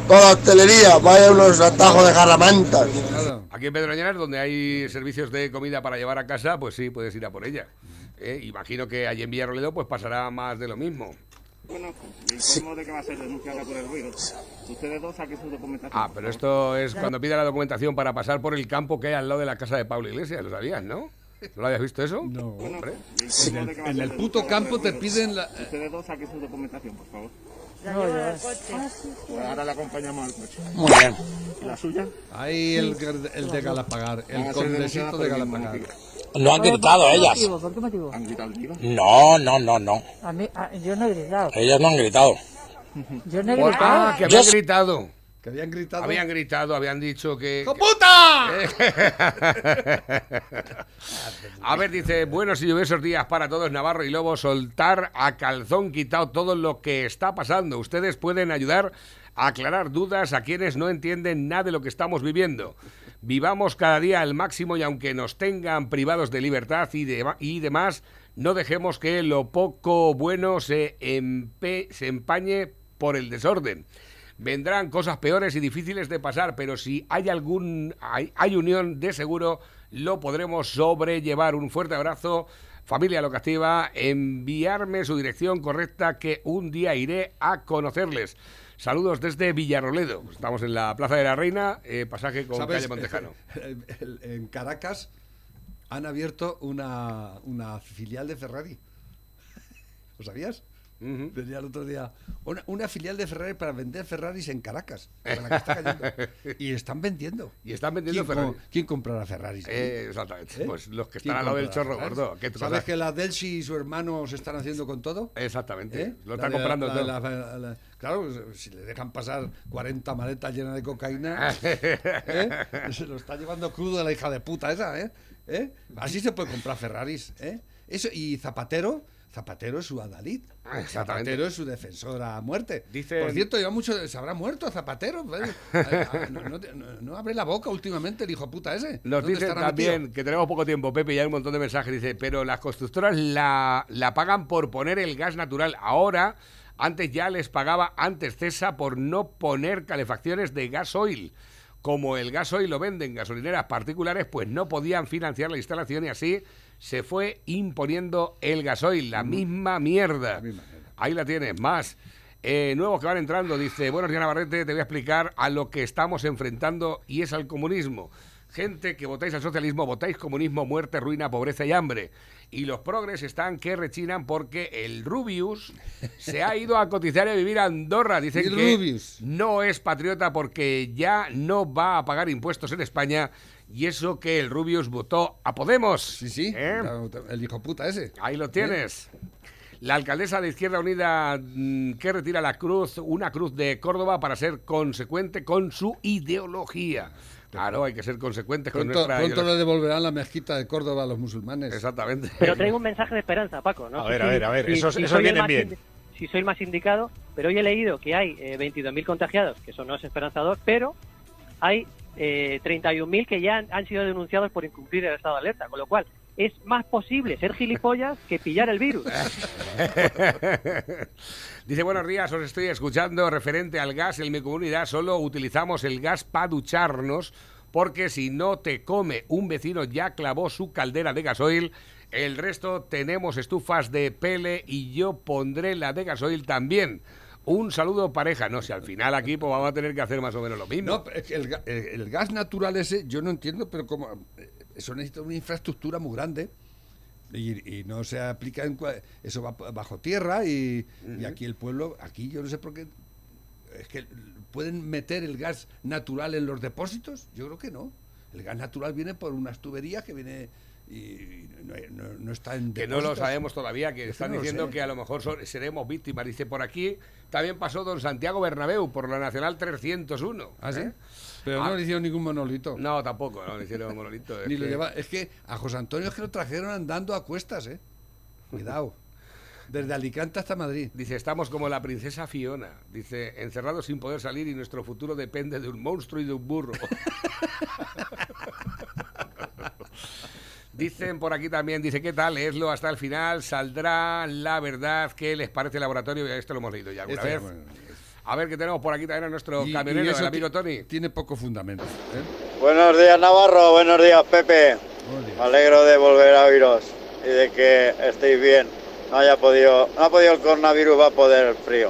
toda la hostelería, vaya unos atajos de garramantas. Aquí en Pedroñeras, donde hay servicios de comida para llevar a casa, pues sí, puedes ir a por ella. Imagino que allí en Villarroledo pues pasará más de lo mismo. Bueno, el colmo de que va a ser denunciada por el ruido. Ustedes dos saquen su documentación. Ah, pero esto es cuando pide la documentación para pasar por el campo que hay al lado de la casa de Pablo Iglesias, ¿lo sabías, no? ¿No lo habías visto eso? No. Hombre. En el puto campo te piden la... Ustedes dos saquen su documentación, por favor. No, ya. Pues ahora le acompañamos al coche. Muy bien. ¿Y la suya? Ahí el de Galapagar, el condesito de Galapagar. No han gritado ellas. ¿Por qué motivo? ¿Han gritado el viva? No. Yo no he gritado. Ellas no han gritado. Yo no he gritado. Ah, que habían gritado. Que habían gritado. Habían gritado, habían dicho que... ¡Hijo puta! A ver, dice, buenos y lluviosos días para todos, Navarro y Lobo, soltar a calzón quitado todo lo que está pasando. Ustedes pueden ayudar a aclarar dudas a quienes no entienden nada de lo que estamos viviendo. Vivamos cada día al máximo y aunque nos tengan privados de libertad y demás, no dejemos que lo poco bueno se empañe por el desorden. Vendrán cosas peores y difíciles de pasar, pero si hay hay unión, de seguro lo podremos sobrellevar. Un fuerte abrazo, familia locativa. Enviarme su dirección correcta que un día iré a conocerles. Saludos desde Villarroledo. Estamos en la Plaza de la Reina, pasaje con calle Montejano. En Caracas han abierto una filial de Ferrari. ¿Lo sabías? Venía el otro día una filial de Ferrari para vender Ferraris en Caracas, con la que está cayendo. Y están vendiendo. Ferrari. ¿Quién comprará Ferraris? Exactamente. Pues los que están al lado del chorro gordo. ¿Sabes que la Delsi y su hermano se están haciendo con todo? Exactamente. Lo están comprando todo. Claro, si le dejan pasar 40 maletas llenas de cocaína, se lo está llevando crudo de la hija de puta esa, Así se puede comprar Ferraris, Eso, y Zapatero es su adalid. Zapatero es su defensor a muerte. Por cierto, ya mucho se habrá muerto Zapatero. No abre la boca últimamente el hijo puta ese. Nos dicen también metido? Que tenemos poco tiempo, Pepe, y hay un montón de mensajes. Dice, pero las constructoras la pagan por poner el gas natural. Ahora, antes ya les pagaba Cesa por no poner calefacciones de gasoil. Como el gasoil lo venden en gasolineras particulares, pues no podían financiar la instalación y así se fue imponiendo el gasoil, la misma mierda. Ahí la tienes, más. Nuevos que van entrando, dice, buenos días Navarrete, te voy a explicar a lo que estamos enfrentando y es al comunismo. Gente que votáis al socialismo, votáis comunismo, muerte, ruina, pobreza y hambre. Y los progres están que rechinan porque el Rubius se ha ido a cotizar y a vivir a Andorra. Dicen que Rubius no es patriota porque ya no va a pagar impuestos en España. Y eso que el Rubius votó a Podemos. Sí, el hijo puta ese. Ahí lo tienes. La alcaldesa de Izquierda Unida que retira una cruz de Córdoba para ser consecuente con su ideología. Claro, hay que ser consecuentes con nuestra ideología. Pronto le devolverán la mezquita de Córdoba a los musulmanes. Exactamente. Pero traigo un mensaje de esperanza, Paco, ¿no? A ver, eso viene bien. Si soy el más indicado, pero hoy he leído que hay 22.000 contagiados, que eso no es esperanzador, pero hay 31.000 que ya han sido denunciados por incumplir el estado de alerta, con lo cual es más posible ser gilipollas que pillar el virus. Dice, buenos días, os estoy escuchando. Referente al gas, en mi comunidad solo utilizamos el gas para ducharnos, porque si no te come un vecino ya clavó su caldera de gasoil. El resto tenemos estufas de pele y yo pondré la de gasoil también. Un saludo, pareja. No, si al final aquí pues vamos a tener que hacer más o menos lo mismo. No, es que el gas natural ese, yo no entiendo, pero como eso necesita una infraestructura muy grande y no se aplica eso va bajo tierra y aquí el pueblo, aquí yo no sé por qué, es que ¿pueden meter el gas natural en los depósitos? Yo creo que no. El gas natural viene por unas tuberías que viene y no está en depósitos. Que no lo sabemos todavía, que están diciendo que a lo mejor seremos víctimas. Dice, por aquí también pasó don Santiago Bernabéu por la Nacional 301. ¿Ah, sí? Pero no le hicieron ningún monolito. No, tampoco, no le hicieron monolito. Es que a José Antonio es que lo trajeron andando a cuestas, Cuidado. Desde Alicante hasta Madrid. Dice, estamos como la princesa Fiona. Dice, encerrados sin poder salir y nuestro futuro depende de un monstruo y de un burro. Dicen por aquí también, dice, ¿qué tal? Leedlo hasta el final, saldrá la verdad. ¿Qué les parece el laboratorio? Esto lo hemos leído ya alguna vez. A ver, que tenemos por aquí también a nuestro camionero, el amigo Tony. Tiene poco fundamento. Buenos días, Navarro. Buenos días, Pepe. Me alegro de volver a oíros y de que estéis bien. No ha podido el coronavirus, va a poder el frío.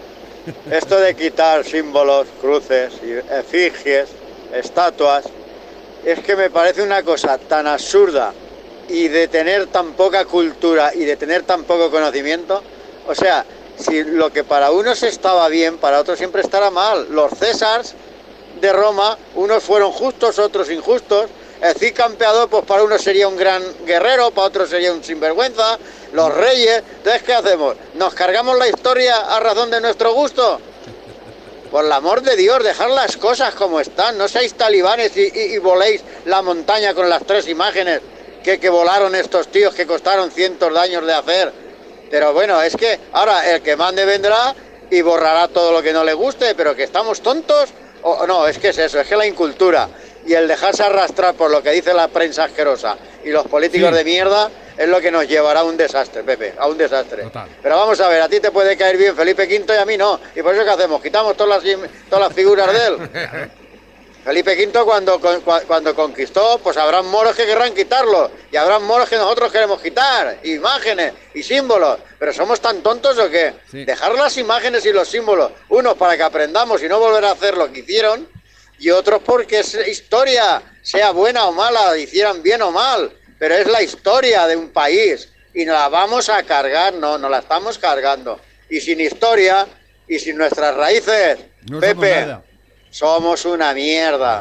Esto de quitar símbolos, cruces, efigies, estatuas, es que me parece una cosa tan absurda y de tener tan poca cultura y de tener tan poco conocimiento. O sea, si lo que para unos estaba bien, para otros siempre estará mal. Los Césars de Roma, unos fueron justos, otros injustos. El Cid Campeador, pues para unos sería un gran guerrero, para otros sería un sinvergüenza. Los reyes, entonces ¿qué hacemos? ¿Nos cargamos la historia a razón de nuestro gusto? Por el amor de Dios, dejar las cosas como están, no seáis talibanes y voléis la montaña con las 3 imágenes que volaron estos tíos que costaron cientos de años de hacer. Pero bueno, es que ahora el que mande vendrá y borrará todo lo que no le guste, pero que estamos tontos, o no, es que es eso, es que la incultura y el dejarse arrastrar por lo que dice la prensa asquerosa y los políticos de mierda es lo que nos llevará a un desastre, Pepe, a un desastre. Total. Pero vamos a ver, a ti te puede caer bien Felipe V y a mí no, y por eso ¿qué hacemos? ¿Quitamos todas las figuras de él? Felipe V cuando conquistó, pues habrán moros que querrán quitarlo, y habrán moros que nosotros queremos quitar, imágenes y símbolos, pero ¿somos tan tontos o qué? Sí. Dejar las imágenes y los símbolos, unos para que aprendamos y no volver a hacer lo que hicieron, y otros porque es historia, sea buena o mala, hicieran bien o mal, pero es la historia de un país, y nos la vamos a cargar, no, nos la estamos cargando, y sin historia, y sin nuestras raíces, no Pepe... Somos una mierda.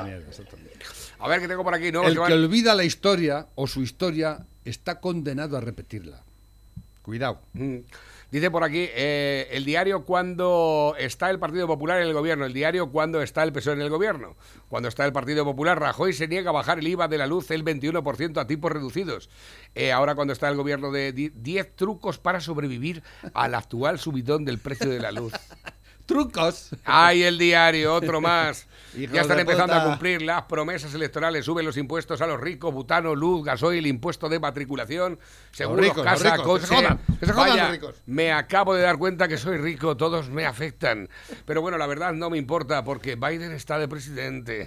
A ver, ¿qué tengo por aquí? ¿No? El que olvida la historia o su historia está condenado a repetirla. Cuidado. Dice por aquí, el diario cuando está el Partido Popular en el gobierno, el diario cuando está el PSOE en el gobierno. Cuando está el Partido Popular, Rajoy se niega a bajar el IVA de la luz el 21% a tipos reducidos. Ahora cuando está el gobierno de 10 trucos para sobrevivir al actual subidón del precio de la luz. Trucos. ¡Ay, el diario! Otro más. Ya están empezando a cumplir las promesas electorales. Suben los impuestos a los ricos, butano, luz, gasoil, impuesto de matriculación, seguros, casa, coche. Que se jodan los ricos. Me acabo de dar cuenta que soy rico, todos me afectan. Pero bueno, la verdad no me importa porque Biden está de presidente.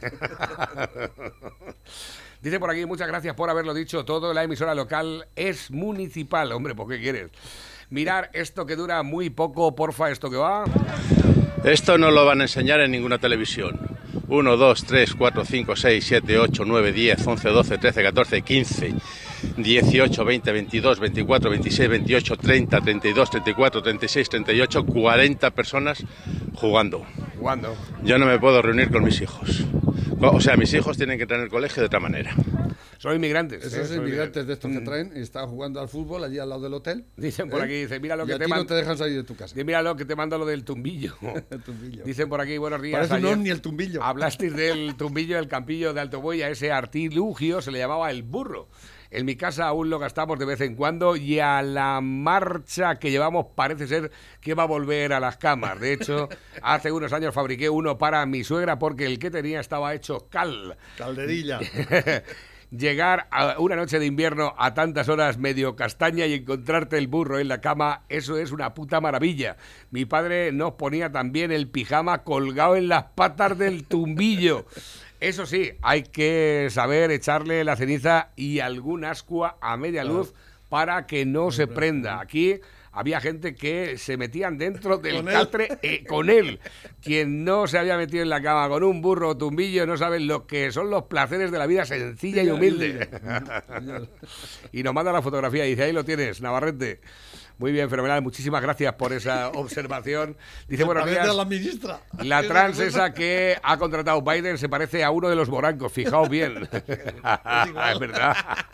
Dice por aquí, muchas gracias por haberlo dicho todo. La emisora local es municipal. Hombre, ¿por qué quieres? Mirar esto que dura muy poco, porfa, esto que va. Esto no lo van a enseñar en ninguna televisión. 1, 2, 3, 4, 5, 6, 7, 8, 9, 10, 11, 12, 13, 14, 15, 18, 20, 22, 24, 26, 28, 30, 32, 34, 36, 38, 40 personas jugando. Yo no me puedo reunir con mis hijos. O sea, mis hijos tienen que tener colegio de otra manera. Son inmigrantes. Esos inmigrantes de estos que traen y están jugando al fútbol allí al lado del hotel. Dicen por aquí, dice, mira lo y que a ti no te dejan salir de tu casa. Mira lo que te manda lo del tumbillo. Dicen por aquí, buenos días. Parece ni el tumbillo. Hablasteis del tumbillo del Campillo de Altoboy, a ese artilugio se le llamaba el burro. En mi casa aún lo gastamos de vez en cuando y a la marcha que llevamos parece ser que va a volver a las camas. De hecho, hace unos años fabriqué uno para mi suegra porque el que tenía estaba hecho calderilla. Llegar a una noche de invierno a tantas horas medio castaña y encontrarte el burro en la cama, eso es una puta maravilla. Mi padre nos ponía también el pijama colgado en las patas del tumbillo. Eso sí, hay que saber echarle la ceniza y algún ascua a media luz para que no se prenda. Aquí había gente que se metían dentro del catre con él. Quien no se había metido en la cama con un burro o tumbillo no sabe lo que son los placeres de la vida sencilla y humilde. Y nos manda la fotografía y dice, ahí lo tienes, Navarrete. Muy bien, fenomenal. Muchísimas gracias por esa observación. Dice, buenos días. La ministra. La trans esa que ha contratado Biden se parece a uno de los morancos. Fijaos bien. Es verdad.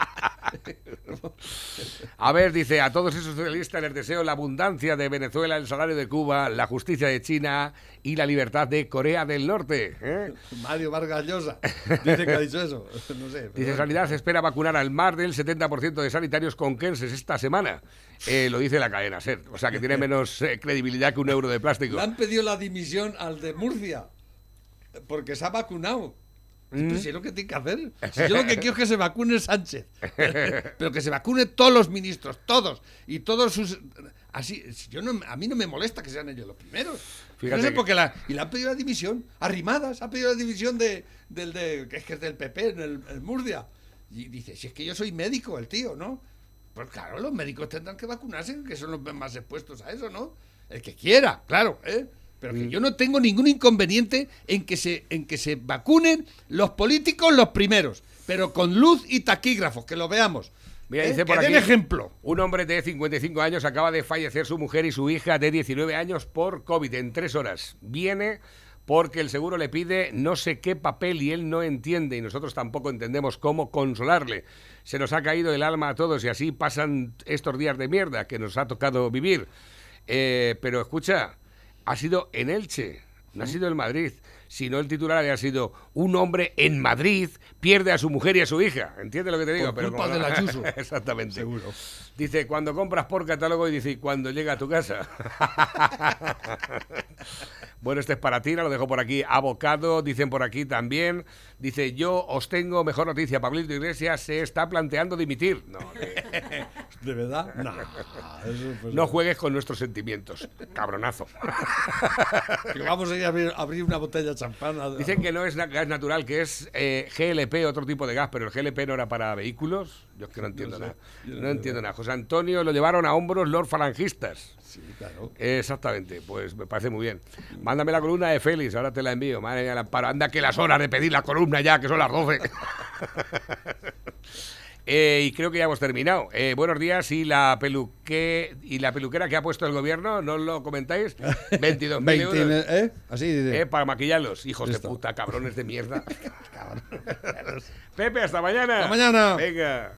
A ver, dice, a todos esos socialistas les deseo la abundancia de Venezuela, el salario de Cuba, la justicia de China y la libertad de Corea del Norte. Mario Vargas Llosa dice que ha dicho eso. No sé. Dice, Sanidad se espera vacunar al más del 70% de sanitarios conquenses esta semana. Lo dice la cadena SER. O sea, que tiene menos credibilidad que un euro de plástico. Le han pedido la dimisión al de Murcia porque se ha vacunado. Pero si es lo que tiene que hacer. Si yo lo que quiero es que se vacune Sánchez. Pero que se vacune todos los ministros, todos. Y todos sus... Así, a mí no me molesta que sean ellos los primeros. Fíjate no sé que- por qué y le han pedido la dimisión. Arrimadas ha pedido la dimisión que es del PP en el Murcia. Y dice, si es que yo soy médico, el tío, ¿no? Pues claro, los médicos tendrán que vacunarse, que son los más expuestos a eso, ¿no? El que quiera, claro, ¿eh? Pero que yo no tengo ningún inconveniente en que se vacunen los políticos los primeros, pero con luz y taquígrafos, que lo veamos. Mira, dice por que aquí, den ejemplo. un hombre de 55 años acaba de fallecer su mujer y su hija de 19 años por COVID en 3 horas. Viene porque el seguro le pide no sé qué papel y él no entiende y nosotros tampoco entendemos cómo consolarle. Se nos ha caído el alma a todos y así pasan estos días de mierda que nos ha tocado vivir. Pero escucha, ha sido en Elche, no ha sido en Madrid. Si no, el titular había sido un hombre en Madrid pierde a su mujer y a su hija. ¿Entiendes lo que te digo? Por culpa del Ayuso. Exactamente. Seguro. Dice, cuando compras por catálogo y dice, ¿y cuando llega a tu casa? Bueno, este es para ti, lo dejo por aquí. Abocado, dicen por aquí también. Dice, yo os tengo mejor noticia. Pablito Iglesias se está planteando dimitir. No, ¿De verdad? No. Eso, pues, no juegues con nuestros sentimientos. Cabronazo. Que vamos a ir a abrir una botella de champán. Dicen que no es gas natural, que es GLP, otro tipo de gas, pero el GLP no era para vehículos. Yo es que no entiendo nada. No entiendo nada. José Antonio lo llevaron a hombros los falangistas. Sí, claro. Exactamente, pues me parece muy bien. Mándame la columna de Félix, ahora te la envío. Madre mía, Amparo, anda que las horas de pedir la columna ya, que son las 12. Y creo que ya hemos terminado. Buenos días, y la peluquera que ha puesto el gobierno, ¿no lo comentáis? 22.000 euros. Así dice. Para maquillarlos, hijos Esto. de puta, cabrones de mierda. Pepe, hasta mañana. Hasta mañana. Venga.